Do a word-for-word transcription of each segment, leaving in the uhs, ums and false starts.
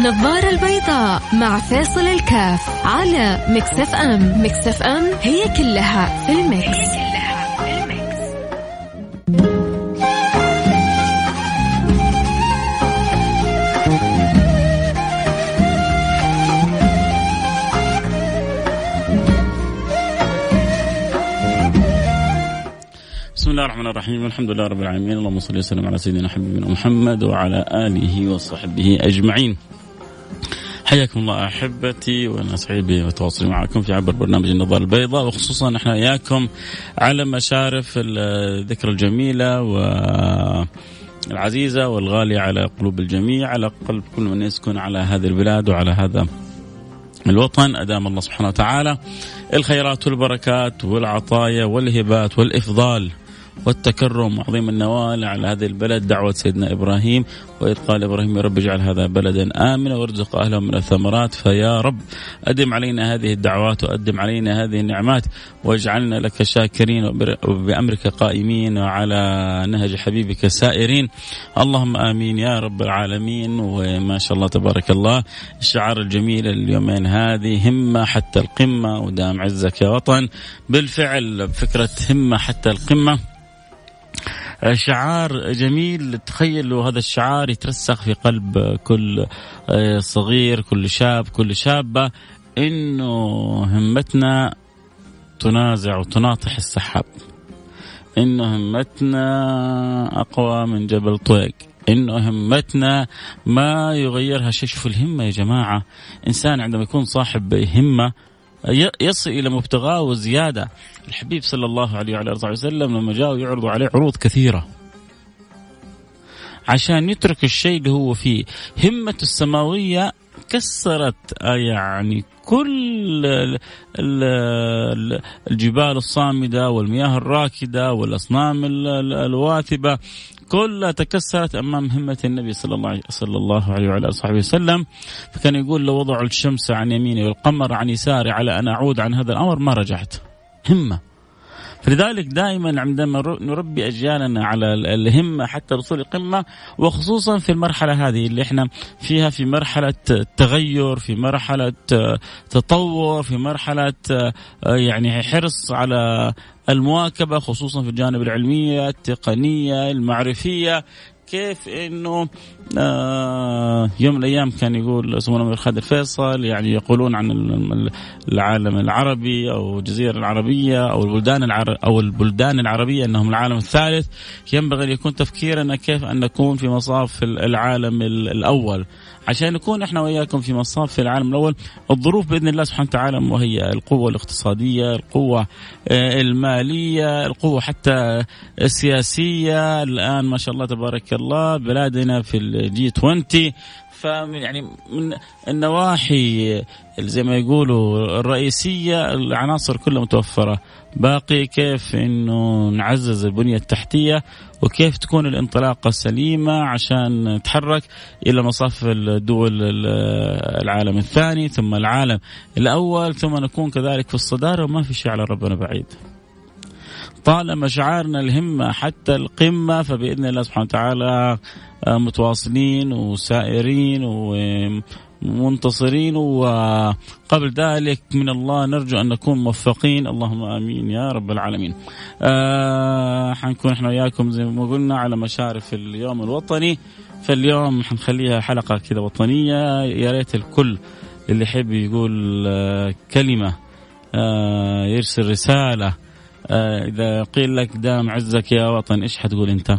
النظارة البيضاء مع فاصل الكاف على ميكس اف ام. ميكس اف ام هي كلها في الميكس. بسم الله الرحمن الرحيم، الحمد لله رب العالمين، اللهم صل وسلم على سيدنا حبيبنا محمد وعلى آله وصحبه أجمعين. حياكم الله أحبتي، وأنا سعيد بتواصلي معكم في عبر برنامج النظارة البيضاء، وخصوصا نحن إياكم على مشارف الذكرى الجميلة والعزيزة والغالية على قلوب الجميع، على قلب كل من يسكن على هذه البلاد وعلى هذا الوطن. أدام الله سبحانه وتعالى الخيرات والبركات والعطايا والهبات والإفضال والتكرم وعظيم النوال على هذه البلد. دعوة سيدنا إبراهيم، وإذ قال إبراهيم يا رب اجعل هذا بلدا آمنا وارزق أهله من الثمرات. فيا رب أدم علينا هذه الدعوات وأدم علينا هذه النعمات، واجعلنا لك شاكرين وبأمرك قائمين وعلى نهج حبيبك سائرين. اللهم آمين يا رب العالمين. وما شاء الله تبارك الله، الشعار الجميل اليومين هذه همة حتى القمة ودام عزك يا وطن. بالفعل فكرة همة حتى القمة شعار جميل. تخيلوا هذا الشعار يترسخ في قلب كل صغير، كل شاب، كل شابة، إنه همتنا تنازع وتناطح السحاب، إنه همتنا أقوى من جبل طويق، إنه همتنا ما يغيرها شيء. شوفوا الهمة يا جماعة، إنسان عندما يكون صاحب همة يصل إلى مبتغاه وزيادة. الحبيب صلى الله عليه وعلى آله وسلم لما جاءوا يعرضوا عليه عروض كثيرة عشان يترك الشيء اللي هو فيه، همة السماوية كسرت يعني كل الجبال الصامدة والمياه الراكدة والأصنام الواثبة، كلها تكسرت أمام همة النبي صلى الله صلى الله عليه وعلى آله وسلم. فكان يقول لو وضعوا الشمس عن يميني والقمر عن يساري على أن أعود عن هذا الأمر ما رجعت. همة. فلذلك دائما عندما نربي أجيالنا على الهمة حتى وصول القمة، وخصوصا في المرحلة هذه اللي احنا فيها، في مرحلة تغير، في مرحلة تطور، في مرحلة يعني حرص على المواكبة، خصوصا في الجانب العلمية التقنية المعرفية. كيف انه آه يوم من الايام كان يقول سمو الامير خالد الفيصل، يعني يقولون عن العالم العربي او الجزيره العربيه او البلدان العرب او البلدان العربيه انهم العالم الثالث. ينبغي ان يكون تفكيرنا كيف ان نكون في مصاف العالم الاول، عشان نكون احنا وياكم في مصاف العالم الاول. الظروف باذن الله سبحانه وتعالى مهيئه، القوه الاقتصاديه، القوه الماليه، القوه حتى السياسيه. الان ما شاء الله تبارك الله بلادنا في الجي عشرين، فيعني من النواحي زي ما يقولوا الرئيسية العناصر كلها متوفرة. باقي كيف إنه نعزز البنية التحتية، وكيف تكون الانطلاقة سليمة عشان نتحرك إلى مصاف الدول العالم الثاني ثم العالم الأول، ثم نكون كذلك في الصدارة، وما في شيء على ربنا بعيد. طالما شعارنا الهمة حتى القمة، فبإذن الله سبحانه وتعالى متواصلين وسائرين ومنتصرين، وقبل ذلك من الله نرجو أن نكون موفقين. اللهم آمين يا رب العالمين. آه حنكون احنا وياكم زي ما قلنا على مشارف اليوم الوطني. فاليوم حنخليها حلقة كذا وطنية، يا ريت الكل اللي يحب يقول آه كلمة، آه يرسل رسالة. آه إذا قيل لك دام عزك يا وطن، إيش حتقول أنت؟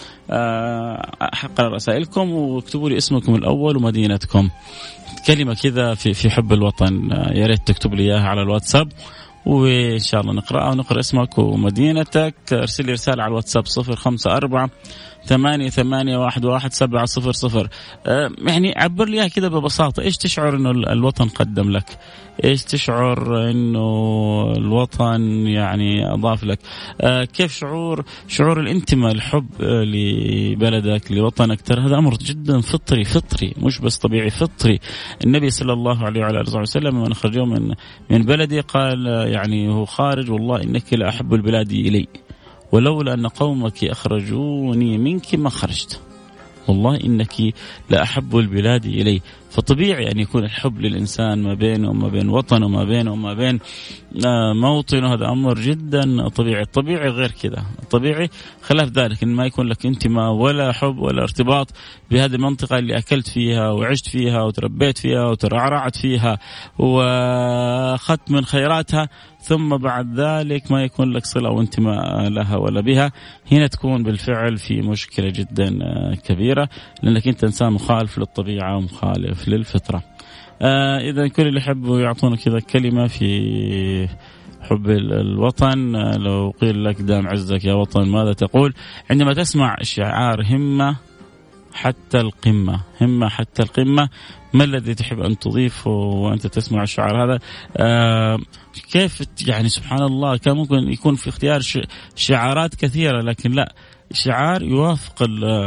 آه أقرأ رسائلكم واكتبوا لي اسمكم الأول ومدينتكم، كلمة كذا في في حب الوطن. آه يا ريت تكتب لي إياها على الواتساب، وإن شاء الله نقرأها ونقرأ اسمك ومدينتك. ارسل لي رسالة على الواتساب صفر خمسة أربعة ثمانية ثمانية واحد واحد سبعة صفر صفر. أه يعني عبر لي كده ببساطة، إيش تشعر إنه الوطن قدم لك؟ إيش تشعر إنه الوطن يعني أضاف لك؟ أه كيف شعور شعور الانتماء، الحب أه لبلدك لوطنك؟ ترى هذا أمر جدا فطري فطري مش بس طبيعي، فطري. النبي صلى الله عليه وعلى آله وسلم من خرجه من من بلدي قال يعني هو خارج والله إنك لأحب البلاد إلي ولولا أن قومك أخرجوني منك ما خرجت. والله إنك لأحب البلاد إلي. فطبيعي أن يكون الحب للإنسان ما بينه وما بين وطنه وما بينه وما بين موطنه، هذا أمر جدا طبيعي. الطبيعي غير كذا، الطبيعي خلاف ذلك إن ما يكون لك انتماء ولا حب ولا ارتباط بهذه المنطقة اللي أكلت فيها وعشت فيها وتربيت فيها وترعرعت فيها وأخذت من خيراتها، ثم بعد ذلك ما يكون لك صلة وانتماء لها ولا بها. هنا تكون بالفعل في مشكلة جدا كبيرة، لأنك أنت إنسان مخالف للطبيعة ومخالف للفطرة. آه إذا كل اللي يحبوا يعطونا كذا كلمة في حب الوطن. آه لو قيل لك دام عزك يا وطن ماذا تقول عندما تسمع شعار همة حتى القمة؟ همة حتى القمة، ما الذي تحب أن تضيفه وأنت تسمع الشعار هذا؟ آه كيف يعني سبحان الله، كان ممكن يكون في اختيار شعارات كثيرة، لكن لا، شعار يوافق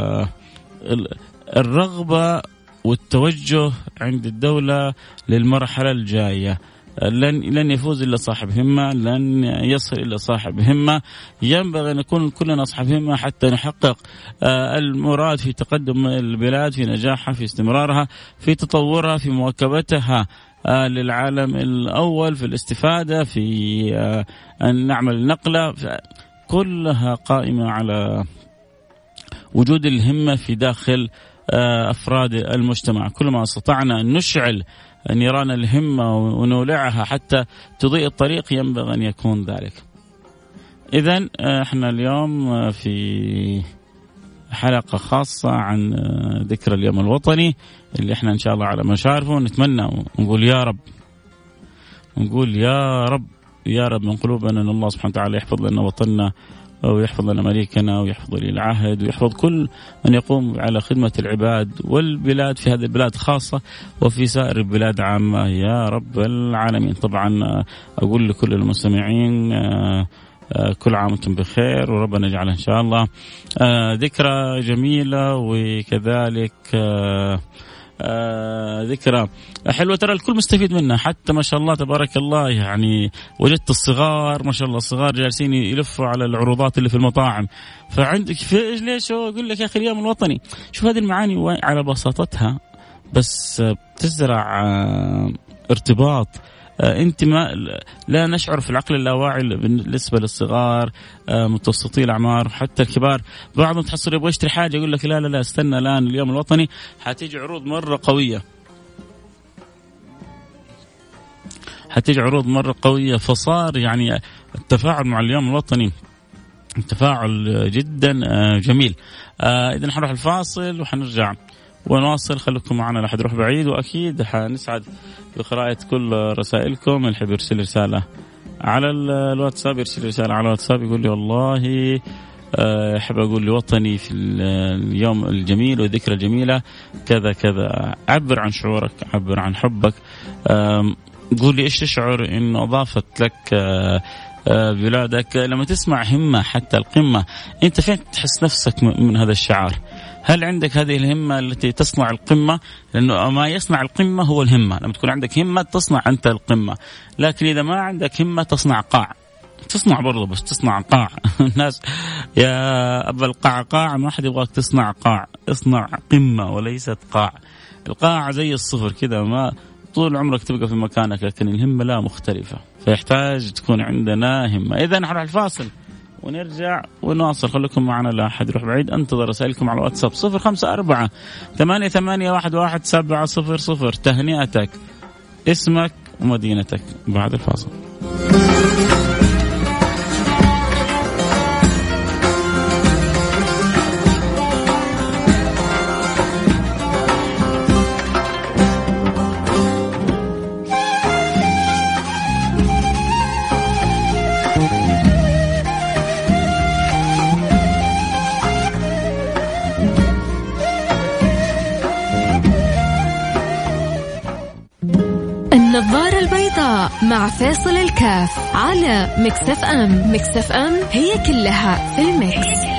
الرغبة والتوجه عند الدولة للمرحلة الجاية. لن لن يفوز إلا صاحب همة، لن يصل إلا صاحب همة. ينبغي أن نكون كلنا أصحاب همة حتى نحقق المراد في تقدم البلاد، في نجاحها، في استمرارها، في تطورها، في مواكبتها للعالم الأول، في الاستفادة، في أن نعمل نقلة، كلها قائمة على وجود الهمة في داخل أفراد المجتمع. كلما استطعنا أن نشعل نيران الهمة ونولعها حتى تضيء الطريق ينبغي أن يكون ذلك. إذن احنا اليوم في حلقة خاصة عن ذكرى اليوم الوطني اللي احنا إن شاء الله على مشارفه نتمنى ونقول يا رب، نقول يا رب يا رب من قلوبنا أن الله سبحانه وتعالى يحفظ لنا وطننا ويحفظ لنا مليكنا ويحفظ لي العهد ويحفظ كل من يقوم على خدمة العباد والبلاد في هذه البلاد خاصة وفي سائر البلاد عامة يا رب العالمين. طبعا أقول لكل المستمعين كل عام وانتم بخير وربنا يجعلها إن شاء الله ذكرى جميلة وكذلك آه ذكرى حلوة ترى الكل مستفيد منها. حتى ما شاء الله تبارك الله يعني وجدت الصغار ما شاء الله الصغار جالسين يلفوا على العروضات اللي في المطاعم. فعندك في ليش أقول لك يا أخي اليوم الوطني شوف هذه المعاني على بساطتها بس بتزرع آه ارتباط انت ما لا نشعر في العقل اللاواعي بالنسبه للصغار متوسطي الاعمار حتى الكبار. بعضهم تحصل يبغى يشتري حاجه يقول لك لا لا لا استنى الان اليوم الوطني حتيجي عروض مره قويه حتيجي عروض مره قويه. فصار يعني التفاعل مع اليوم الوطني تفاعل جدا جميل. اذا حنروح الفاصل وحنرجع ونواصل. خليكم معنا لا حد يروح بعيد، واكيد حنسعد بقراءة كل رسائلكم. اللي يحب يرسل رسالة على الواتساب يرسل رسالة على الواتساب يقول لي والله أحب أقول لوطني في اليوم الجميل والذكرى الجميلة كذا كذا. عبر عن شعورك، عبر عن حبك، قول لي إيش تشعر إنه أضافت لك بلادك لما تسمع همة حتى القمة. أنت فين تحس نفسك من هذا الشعار؟ هل عندك هذه الهمة التي تصنع القمة؟ لأنه ما يصنع القمة هو الهمة. لما تكون عندك همة تصنع أنت القمة، لكن إذا ما عندك همة تصنع قاع. تصنع برضه بس تصنع قاع. الناس يا أبا القاع قاع، ما حد يبغاك تصنع قاع. اصنع قمة وليست قاع. القاع زي الصفر كذا، ما طول عمرك تبقى في مكانك، لكن الهمة لا مختلفة، فيحتاج تكون عندنا همة. إذا نروح الفاصل ونرجع ونواصل. خليكم معنا لا أحد يروح بعيد. انتظر رسائلكم على الواتساب صفر خمسة أربعة ثمانية ثمانية واحد واحد سبعة صفر صفر. تهنئتك، اسمك ومدينتك بعد الفاصل. النظارة البيضاء مع فاصل الكاف على ميكس اف ام. ميكس اف ام هي كلها في الميكس.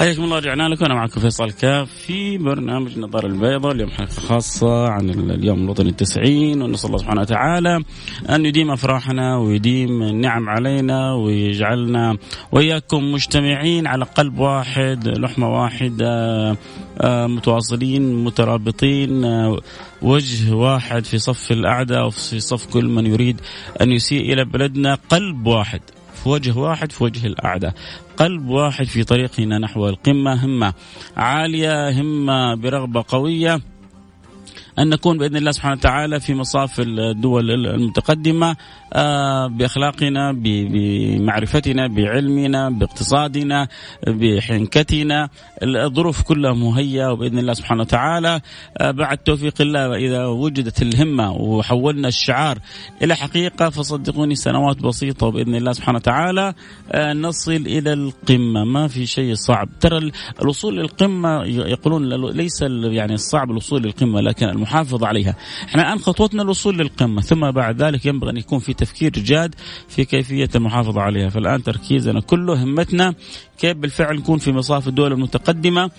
حياكم الله، رجعنا لكم. أنا معكم فيصل كاف في برنامج النظارة البيضاء. اليوم حلقة خاصة عن اليوم الوطني التسعين، ونسأل الله سبحانه وتعالى أن يديم أفراحنا ويديم النعم علينا ويجعلنا وإياكم مجتمعين على قلب واحد، لحمة واحدة، متواصلين مترابطين، وجه واحد في صف الأعداء وفي صف كل من يريد أن يسيء إلى بلدنا. قلب واحد في وجه واحد في وجه الأعداء، قلب واحد في طريقنا نحو القمة، همة عالية، همة برغبة قوية أن نكون بإذن الله سبحانه وتعالى في مصاف الدول المتقدمة بأخلاقنا، بمعرفتنا، بعلمنا، باقتصادنا، بحنكتنا. الظروف كلها مهيئة وبإذن الله سبحانه وتعالى بعد توفيق الله. إذا وجدت الهمة وحولنا الشعار إلى حقيقة فصدقوني سنوات بسيطة وبإذن الله سبحانه وتعالى نصل إلى القمة. ما في شيء صعب. ترى الوصول للقمة يقولون ليس يعني الصعب الوصول للقمة لكن المحافظة عليها. احنا الآن خطوتنا الوصول للقمة، ثم بعد ذلك ينبغي أن يكون في تفكير جاد في كيفية المحافظة عليها. فالآن تركيزنا كله همتنا كيف بالفعل نكون في مصاف الدول المتقدمة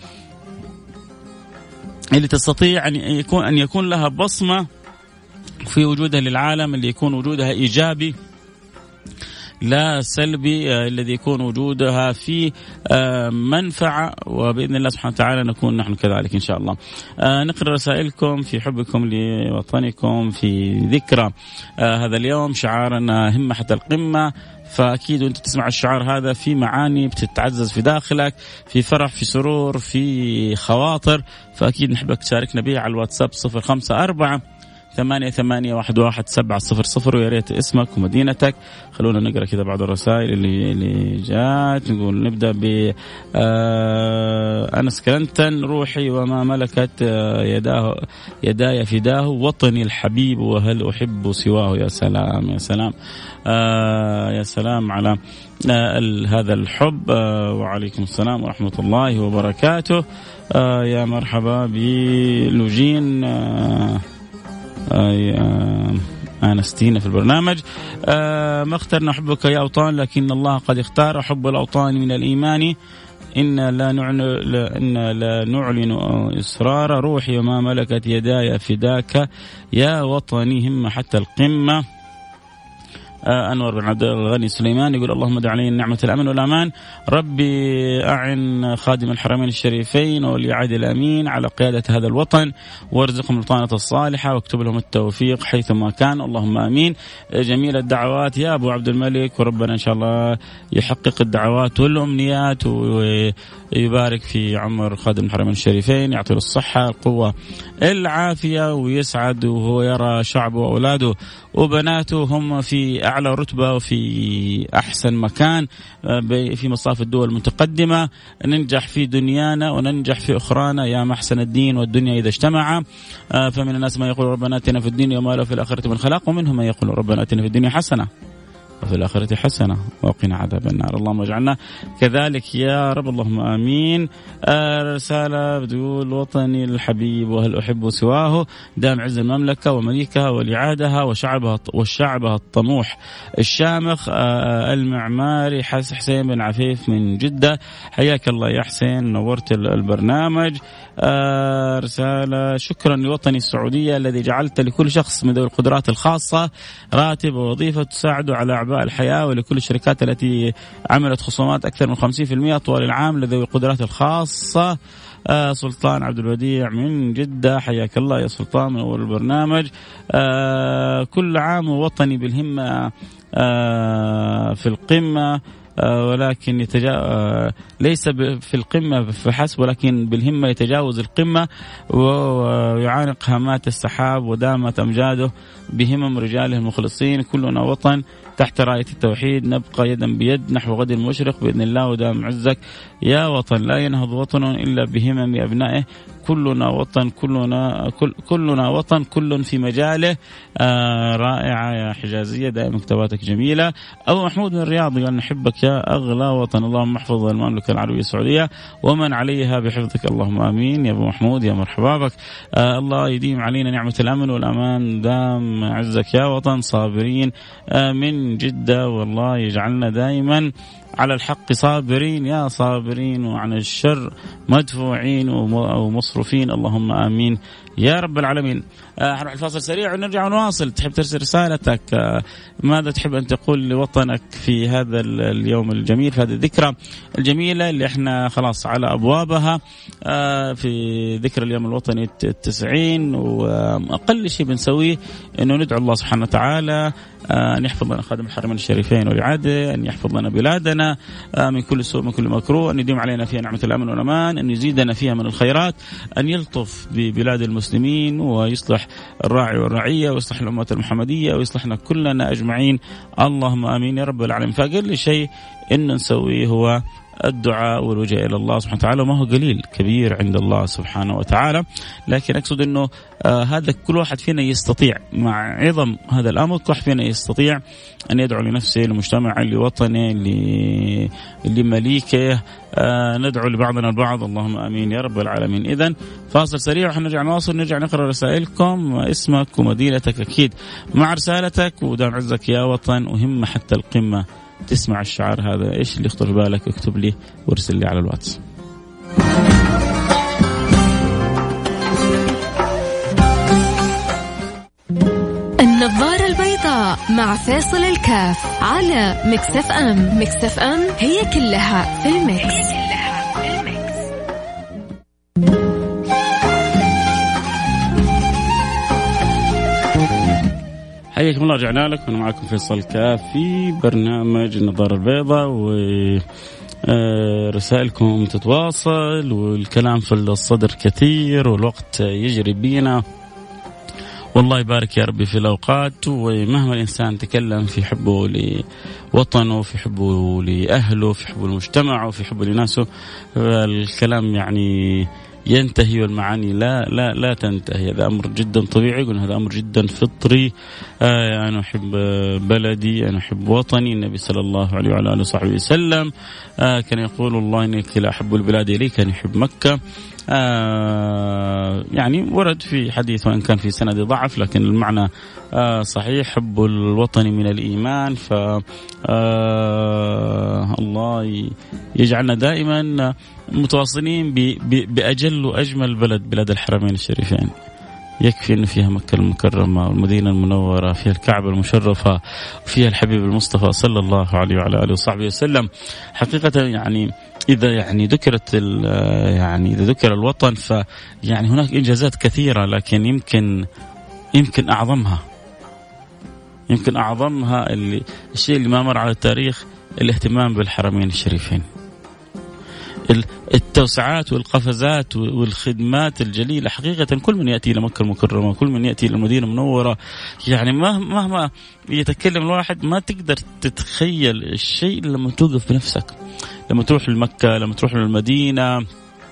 اللي تستطيع أن يكون أن يكون لها بصمة في وجودها للعالم، اللي يكون وجودها إيجابي لا سلبي، آه الذي يكون وجودها في آه منفعة، وبإذن الله سبحانه وتعالى نكون نحن كذلك إن شاء الله. آه نقرأ رسائلكم في حبكم لوطنكم في ذكرى آه هذا اليوم. شعارنا همة حتى القمة، فأكيد وأنت تسمع الشعار هذا في معاني بتتعزز في داخلك، في فرح، في سرور، في خواطر، فأكيد نحبك تشاركنا بها على الواتساب صفر خمسة أربعة ثمانية ثمانية واحد واحد سبعة صفر صفر، ويا ريت اسمك ومدينتك. خلونا نقرأ كذا بعض الرسائل اللي اللي جات. نقول نبدأ ب آه أنس كلنتن، روحي وما ملكت يداه يداي فداه، وطني الحبيب وهل أحب سواه. يا سلام يا سلام آه يا سلام على آه هذا الحب. آه وعليكم السلام ورحمة الله وبركاته. آه يا مرحبا بلوجين آه آه آنستينا في البرنامج. آه ما اخترنا حبك يا أوطان لكن الله قد اختار حب الأوطان من الإيمان، إن لا نعلن إن لا نعلن إصرار، روحي وما ملكت يداي فداك يا وطني همة حتى القمة. آه أنور بن عبد الغني سليمان يقول اللهم دع علينا نعمة الأمن والأمان، ربي أعن خادم الحرمين الشريفين والعهد الأمين على قيادة هذا الوطن، وارزقهم البطانة الصالحة واكتب لهم التوفيق حيثما كان، اللهم آمين. جميل الدعوات يا أبو عبد الملك، وربنا إن شاء الله يحقق الدعوات والأمنيات ويبارك في عمر خادم الحرمين الشريفين، يعطيه الصحة القوة العافية ويسعد وهو يرى شعبه وأولاده وبناته هم في أعلى رتبة وفي أحسن مكان في مصاف الدول المتقدمة. ننجح في دنيانا وننجح في أخرانا يا محسن الدين والدنيا إذا اجتمع. فمن الناس ما يقول ربنا آتنا في الدنيا وما له في الآخرة من خلاق، ومنهم من يقول ربنا آتنا في الدنيا حسنة وفي الآخرة حسنة وقنا عذاب النار. اللهم اجعلنا كذلك يا رب، اللهم آمين. آه رسالة بتقول وطني الحبيب وهل أحب سواه، دام عز المملكة ومليكها ولعادها وشعبها وشعبها الطموح الشامخ. آه المعماري حس حسين بن عفيف من جدة، حياك الله يا حسين، نورت البرنامج. آه رسالة شكرا لوطني السعودية الذي جعلت لكل شخص من ذوي القدرات الخاصة راتب ووظيفة تساعده على أعباء الحياة، ولكل الشركات التي عملت خصومات أكثر من خمسين بالمئة طوال العام لذوي القدرات الخاصة. آه سلطان عبد الوديع من جدة، حياك الله يا سلطان من أول البرنامج. آه كل عام وطني بالهمة آه في القمة، ولكن يتجا... ليس في القمة فحسب ولكن بالهمة يتجاوز القمة ويعانق هامات السحاب ودامت أمجاده بهمم رجاله المخلصين. كلنا وطن تحت راية التوحيد، نبقى يدا بيد نحو غد المشرق بإذن الله ودام عزك يا وطن. لا ينهض وطن إلا بهمم أبنائه، كلنا وطن كلنا كل كلنا وطن كل في مجاله. آه رائعة يا حجازية، دائما كتاباتك جميلة. أبو محمود من الرياض قال نحبك يا أغلى وطن، اللهم احفظ المملكة العربية السعودية ومن عليها بحفظك، اللهم آمين. يا أبو محمود يا مرحبا بك. آه الله يديم علينا نعمة الأمن والأمان، دام عزك يا وطن. صابرين آه من جدة، والله يجعلنا دائما على الحق صابرين يا صابرين وعن الشر مدفوعين ومصروفين، اللهم آمين يا رب العالمين. هنروح الفاصل سريع ونرجع ونواصل. تحب ترسل رسالتك، ماذا تحب أن تقول لوطنك في هذا اليوم الجميل، في هذه الذكرى الجميلة اللي احنا خلاص على أبوابها، في ذكرى اليوم الوطني التسعين. وأقل شيء بنسويه أنه ندعو الله سبحانه وتعالى أن يحفظ لنا خادم الحرمين الشريفين والإعادة، أن يحفظ لنا بلادنا من كل سوء من كل مكروه، أن يديم علينا فيها نعمة الأمن والأمان، أن يزيدنا فيها من الخيرات، أن يلطف ببلاد المسلمين ويصلح الراعي والرعية ويصلح الأمة المحمدية ويصلحنا كلنا أجمعين، اللهم آمين يا رب العالمين. فأقل شيء إن نسويه هو الدعاء والوجه إلى الله سبحانه وتعالى، وما هو قليل، كبير عند الله سبحانه وتعالى. لكن أقصد أنه آه هذا كل واحد فينا يستطيع، مع عظم هذا الأمر كل واحد فينا يستطيع أن يدعو لنفسه، لمجتمعه، لوطنه، لمليكه. آه ندعو لبعضنا البعض، اللهم آمين يا رب العالمين. إذن فاصل سريع وحنرجع نواصل، نرجع نقرأ رسائلكم، اسمك ومدينتك أكيد مع رسالتك، ودام عزك يا وطن، وهم حتى القمة تسمع الشعار هذا. إيش اللي يخطر بالك اكتب لي وارسل لي على الواتس. النظارة البيضاء مع فاصل الكاف على ميكس اف ام. ميكس اف ام هي كلها في الميكس. حياكم الله، رجعنا لك وانا معكم فيصل كاف في برنامج النظارة البيضاء، ورسائلكم تتواصل والكلام في الصدر كثير والوقت يجري بينا، والله يبارك يا ربي في الأوقات. ومهما الإنسان تكلم في حبه لوطنه، في حبه لأهله، في حبه لمجتمعه، في حبه لناسه، الكلام يعني ينتهي والمعاني لا لا لا تنتهي. هذا أمر جدا طبيعي، قلنا هذا أمر جدا فطري. آه أنا أحب بلدي، أنا أحب وطني. النبي صلى الله عليه وعلى آله وصحبه وسلم آه كان يقول الله إنك لا أحب البلاد إليك، كان يحب مكة. آه يعني ورد في حديث وإن كان في سند ضعف، لكن المعنى آه صحيح، حب الوطن من الإيمان. ف آه الله يجعلنا دائما متواصلين بأجل وأجمل بلد، بلاد الحرمين الشريفين. يكفي أنه فيها مكة المكرمة والمدينة المنورة، فيها الكعبة المشرفة، وفيها الحبيب المصطفى صلى الله عليه وعلى آله وصحبه وسلم. حقيقة يعني إذا يعني ذكرت يعني إذا ذكر الوطن فيعني هناك إنجازات كثيرة، لكن يمكن يمكن أعظمها يمكن أعظمها اللي الشيء اللي ما مر على التاريخ، الاهتمام بالحرمين الشريفين، التوسعات والقفزات والخدمات الجليلة. حقيقة كل من يأتي إلى مكة المكرمة، كل من يأتي إلى المدينة المنورة، يعني مهما يتكلم الواحد ما تقدر تتخيل الشيء لما توقف بنفسك، لما تروح لمكة، لما تروح للمدينة،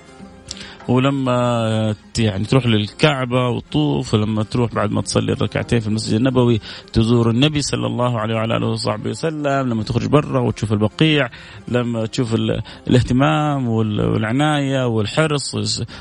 ولما يعني تروح للكعبة وتطوف، ولما تروح بعد ما تصلي الركعتين في المسجد النبوي تزور النبي صلى الله عليه وعلى آله وصحبه وسلم، لما تخرج برا وتشوف البقيع، لما تشوف الاهتمام والعناية والحرص،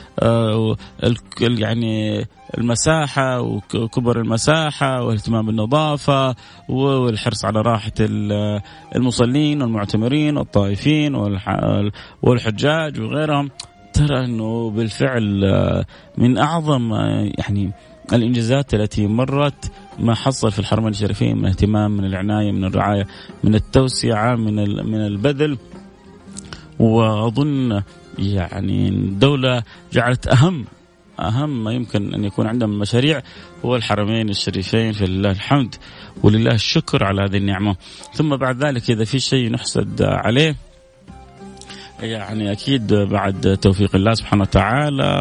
يعني المساحة وكبر المساحة والاهتمام بالنظافة والحرص على راحة المصلين والمعتمرين والطائفين والحجاج وغيرهم. ترى أنه بالفعل من أعظم يعني الإنجازات التي مرت ما حصل في الحرمين الشريفين من اهتمام، من العناية، من الرعاية، من التوسعة، من من البذل. وأظن يعني الدولة جعلت أهم أهم ما يمكن أن يكون عندها من مشاريع هو الحرمين الشريفين، فلله الحمد ولله الشكر على هذه النعمة. ثم بعد ذلك إذا في شيء نحسد عليه يعني أكيد بعد توفيق الله سبحانه وتعالى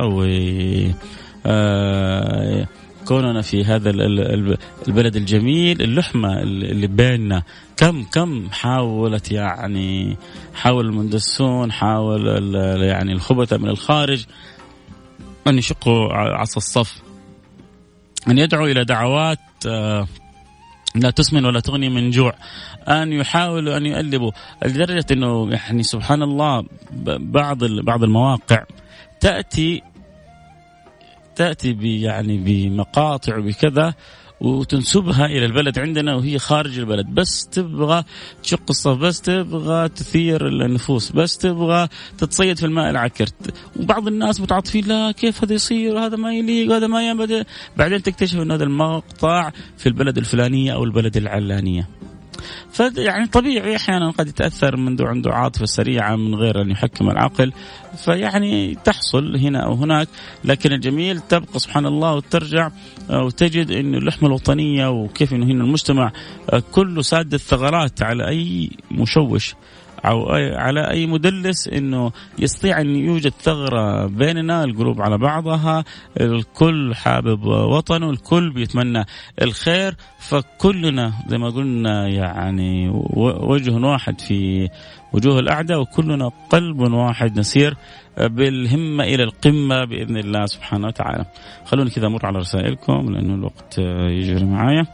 وكوننا في هذا البلد الجميل، اللحمة اللي بيننا كم كم حاولت يعني حاول المندسون، حاول يعني الخبثاء من الخارج أن يشقوا عصا الصف، أن يدعوا إلى دعوات لا تسمن ولا تغني من جوع، أن يحاولوا أن يقلبوا، لدرجة أنه يعني سبحان الله بعض بعض المواقع تأتي تأتي يعني بمقاطع وبكذا، وتنسبها إلى البلد عندنا وهي خارج البلد، بس تبغى تشق الصف، بس تبغى تثير النفوس، بس تبغى تتصيد في الماء العكر. وبعض الناس متعاطفين، لا كيف هذا يصير، هذا ما يليق، هذا ما ينبغي. بعدين تكتشف أن هذا المقطع في البلد الفلانية أو البلد العلانية. فيعني طبيعي أحيانا قد يتأثر من دو عنده عاطفة سريعة من غير أن يحكم العقل، فيعني تحصل هنا أو هناك. لكن الجميل تبقى سبحان الله وترجع وتجد أن اللحمة الوطنية وكيف أنه هنا المجتمع كله ساد الثغرات على أي مشوش أو على أي مدلس أنه يستطيع أن يوجد ثغرة بيننا، القلوب على بعضها، الكل حابب وطنه، الكل بيتمنى الخير. فكلنا زي ما قلنا يعني وجه واحد في وجوه الأعداء، وكلنا قلب واحد نسير بالهمة إلى القمة بإذن الله سبحانه وتعالى. خلوني كذا أمر على رسائلكم لأنه الوقت يجري معايا.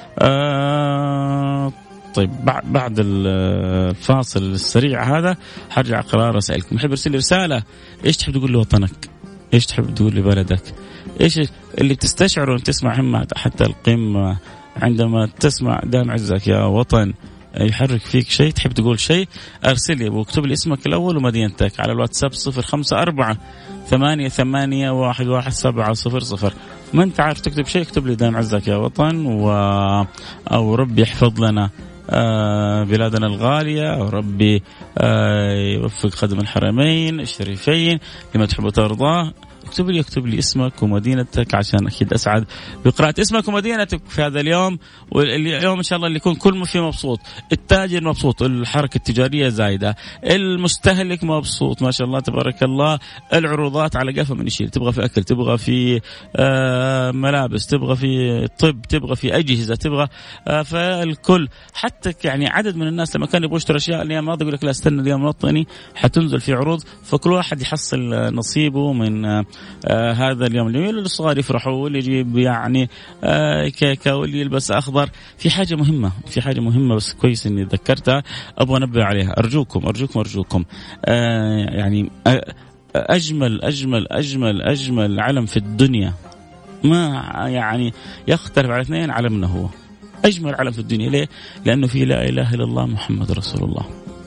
آه طيب بعد الفاصل السريع هذا حرجع أقرأ رسائلكم. محب يرسل رسالة، إيش تحب تقول لوطنك، إيش تحب تقول لبلدك، إيش اللي تستشعره أن تسمع همة حتى القمة، عندما تسمع دام عزك يا وطن يحرك فيك شيء، تحب تقول شيء، أرسل لي واكتب لي اسمك الأول ومدينتك على الواتساب صفر خمسة أربعة ثمانية ثمانية واحد واحد سبعة صفر صفر. ما أنت عارف تكتب شيء اكتب لي دام عزك يا وطن، و... أو ربي يحفظ لنا آه بلادنا الغالية، وربي آه يوفق خدم الحرمين الشريفين لما تحب وترضاه. اكتب لي اكتب لي اسمك ومدينتك عشان أكيد أسعد بقراءة اسمك ومدينتك في هذا اليوم. واليوم إن شاء الله اللي يكون كل فيه مبسوط، التاجر مبسوط، الحركة التجارية زايدة، المستهلك مبسوط ما شاء الله تبارك الله، العروضات على قفا من يشيل. تبغى في أكل، تبغى في آه ملابس، تبغى في طب، تبغى في أجهزة، تبغى آه فالكل. حتى يعني عدد من الناس لما كانوا يبغوا يشتروا أشياء اليوم ما يقول لك لا استنى اليوم الوطني حتنزل في عروض، فكل واحد يحصل نصيبه من آه آه هذا اليوم الجميل. الصغار يفرحوا واللي يجيب يعني آه كيكة واللي يلبس أخضر. في حاجة مهمة في حاجة مهمة بس كويس إني ذكرتها أبغى أنبه عليها. أرجوكم أرجوكم أرجوكم آه يعني أجمل أجمل أجمل أجمل علم في الدنيا ما يعني يختلف على اثنين، علمنا هو أجمل علم في الدنيا. ليه؟ لأنه في لا إله إلا الله محمد رسول الله،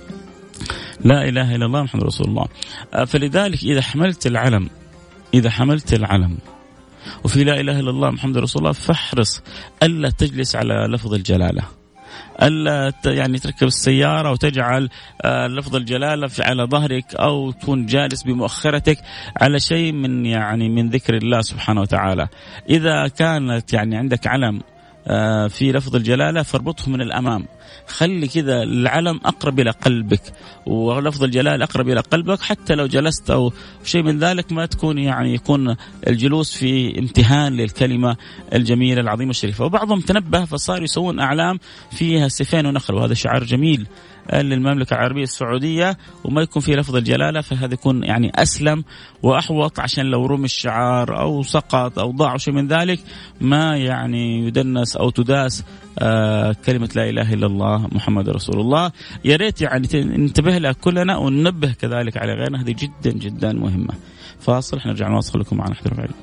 لا إله إلا الله محمد رسول الله. آه فلذلك إذا حملت العلم إذا حملت العلم وفي لا إله إلا الله محمد رسول الله فاحرص ألا تجلس على لفظ الجلالة، ألا يعني تركب السيارة وتجعل لفظ الجلالة على ظهرك أو تكون جالس بمؤخرتك على شيء من يعني من ذكر الله سبحانه وتعالى. إذا كانت يعني عندك علم في لفظ الجلالة فاربطه من الأمام، خلي كذا العلم أقرب إلى قلبك ولفظ الجلال أقرب إلى قلبك. حتى لو جلست أو شيء من ذلك ما تكون يعني يكون الجلوس في امتهان للكلمة الجميلة العظيمة الشريفة. وبعضهم تنبه فصاروا يسوون أعلام فيها سيفين ونخل، وهذا شعار جميل للمملكة العربية السعودية وما يكون فيه لفظ الجلالة، فهذا يكون يعني أسلم وأحوط عشان لو رمي الشعار أو سقط أو ضاع شيء من ذلك ما يعني يدنس أو تداس آه كلمة لا إله إلا الله محمد رسول الله. يا ريت يعني ننتبه لها كلنا وننبه كذلك على غيرنا، هذه جدا جدا مهمة. فاصل نرجع نواصل لكم معنا حضور بعيد.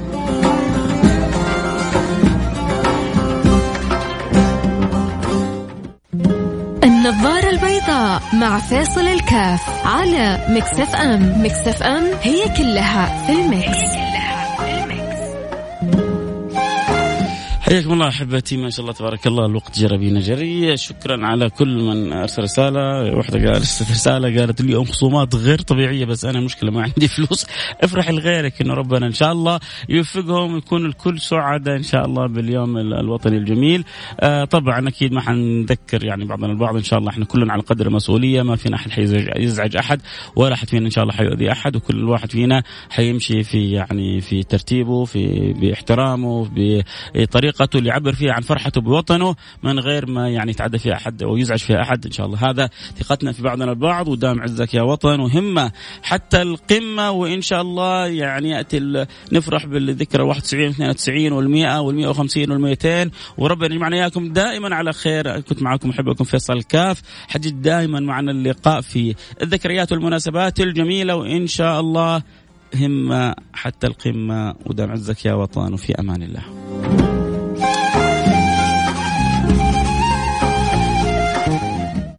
النظارة البيضاء مع فاصل الكاف على ميكس اف ام. ميكس اف ام هي كلها في الميكس. حياكم الله أحبتي، ما شاء الله تبارك الله الوقت جرى بينا جري. شكرا على كل من أرسل رسالة. واحدة قالت رسالة قالت اليوم خصومات غير طبيعية بس أنا مشكلة ما عندي فلوس. افرح لغيرك إنه ربنا إن شاء الله يوفقهم ويكون الكل سعادة إن شاء الله باليوم الوطني الجميل. آه طبعا أكيد ما حنذكر يعني بعضنا البعض، إن شاء الله إحنا كلنا على قدر المسؤولية، ما فينا أحد حيزعج أحد ولا أحد فينا إن شاء الله حيؤذي أحد، وكل واحد فينا حيمشي في يعني في ترتيبه في باحترامه بطريقة اللي يعبر فيها عن فرحته بوطنه من غير ما يعني يتعدى فيها أحد أو يزعج فيها أحد إن شاء الله. هذا ثقتنا في بعضنا البعض، ودام عزك يا وطن وهمة حتى القمة. وإن شاء الله يعني يأتي نفرح بالذكرى واحد وتسعين واثنين وتسعين والمئة والمئة وخمسين والمئتين، وربنا يجمعنا إياكم دائما على خير. كنت معكم أحبكم فيصل الكاف، حجد دائما معنا اللقاء في الذكريات والمناسبات الجميلة، وإن شاء الله همة حتى القمة. ودام عزك يا وطن وفي أمان الله.